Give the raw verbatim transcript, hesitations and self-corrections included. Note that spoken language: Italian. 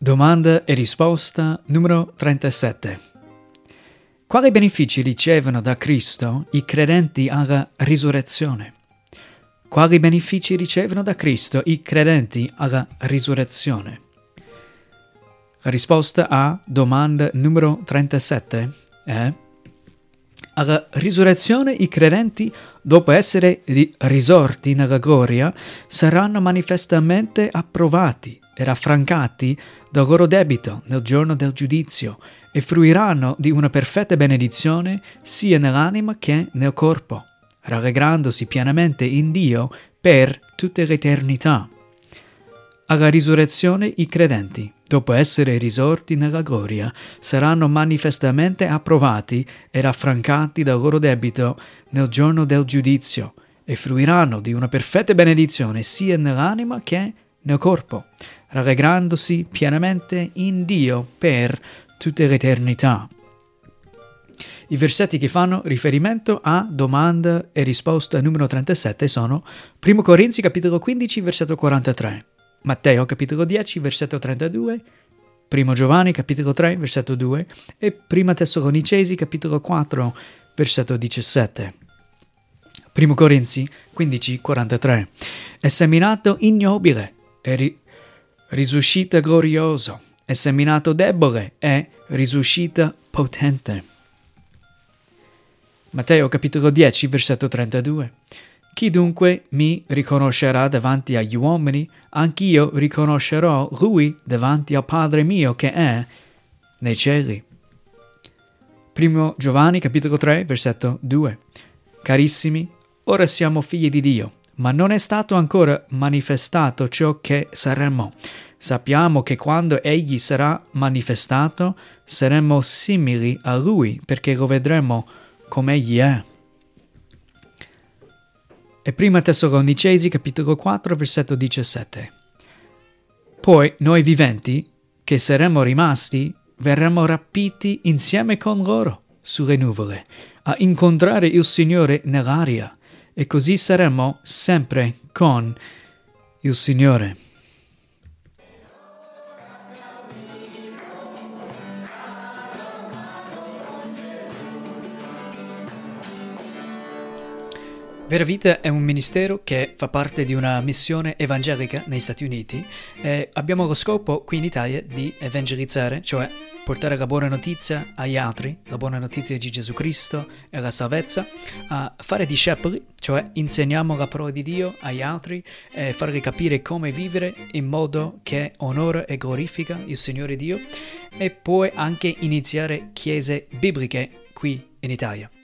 Domanda e risposta numero trentasette. Quali benefici ricevono da Cristo i credenti alla risurrezione? Quali benefici ricevono da Cristo i credenti alla risurrezione? La risposta a domanda numero trentasette è: alla risurrezione i credenti, dopo essere ri- risorti nella gloria, saranno manifestamente approvati e raffrancati dal loro debito nel giorno del giudizio e fruiranno di una perfetta benedizione sia nell'anima che nel corpo, rallegrandosi pienamente in Dio per tutta l'eternità. Alla risurrezione i credenti, dopo essere risorti nella gloria, saranno manifestamente approvati e raffrancati dal loro debito nel giorno del giudizio e fruiranno di una perfetta benedizione sia nell'anima che nel corpo, rallegrandosi pienamente in Dio per tutta l'eternità. I versetti che fanno riferimento a domanda e risposta numero trentasette sono Primo Corinzi capitolo quindici versetto quarantatré, Matteo capitolo dieci versetto trentadue, Primo Giovanni capitolo tre versetto due e Prima Tessalonicesi capitolo quattro versetto diciassette. Primo Corinzi quindici quarantatré. È seminato ignobile e ri- risuscita glorioso, è seminato debole e risuscita potente. Matteo capitolo dieci versetto trentadue. Chi dunque mi riconoscerà davanti agli uomini, anch'io riconoscerò lui davanti al Padre mio che è nei cieli. Primo Giovanni capitolo tre versetto due. Carissimi, ora siamo figli di Dio, ma non è stato ancora manifestato ciò che saremo. Sappiamo che quando Egli sarà manifestato, saremo simili a Lui, perché lo vedremo come Egli è. E Prima Tessalonicesi capitolo quattro versetto diciassette. Poi noi viventi, che saremo rimasti, verremo rapiti insieme con loro sulle nuvole, a incontrare il Signore nell'aria, e così saremo sempre con il Signore. Vera Vita è un ministero che fa parte di una missione evangelica negli Stati Uniti e abbiamo lo scopo qui in Italia di evangelizzare, cioè portare la buona notizia agli altri, la buona notizia di Gesù Cristo e la salvezza, a fare discepoli, cioè insegniamo la parola di Dio agli altri e farli capire come vivere in modo che onora e glorifica il Signore Dio, e poi anche iniziare chiese bibliche qui in Italia.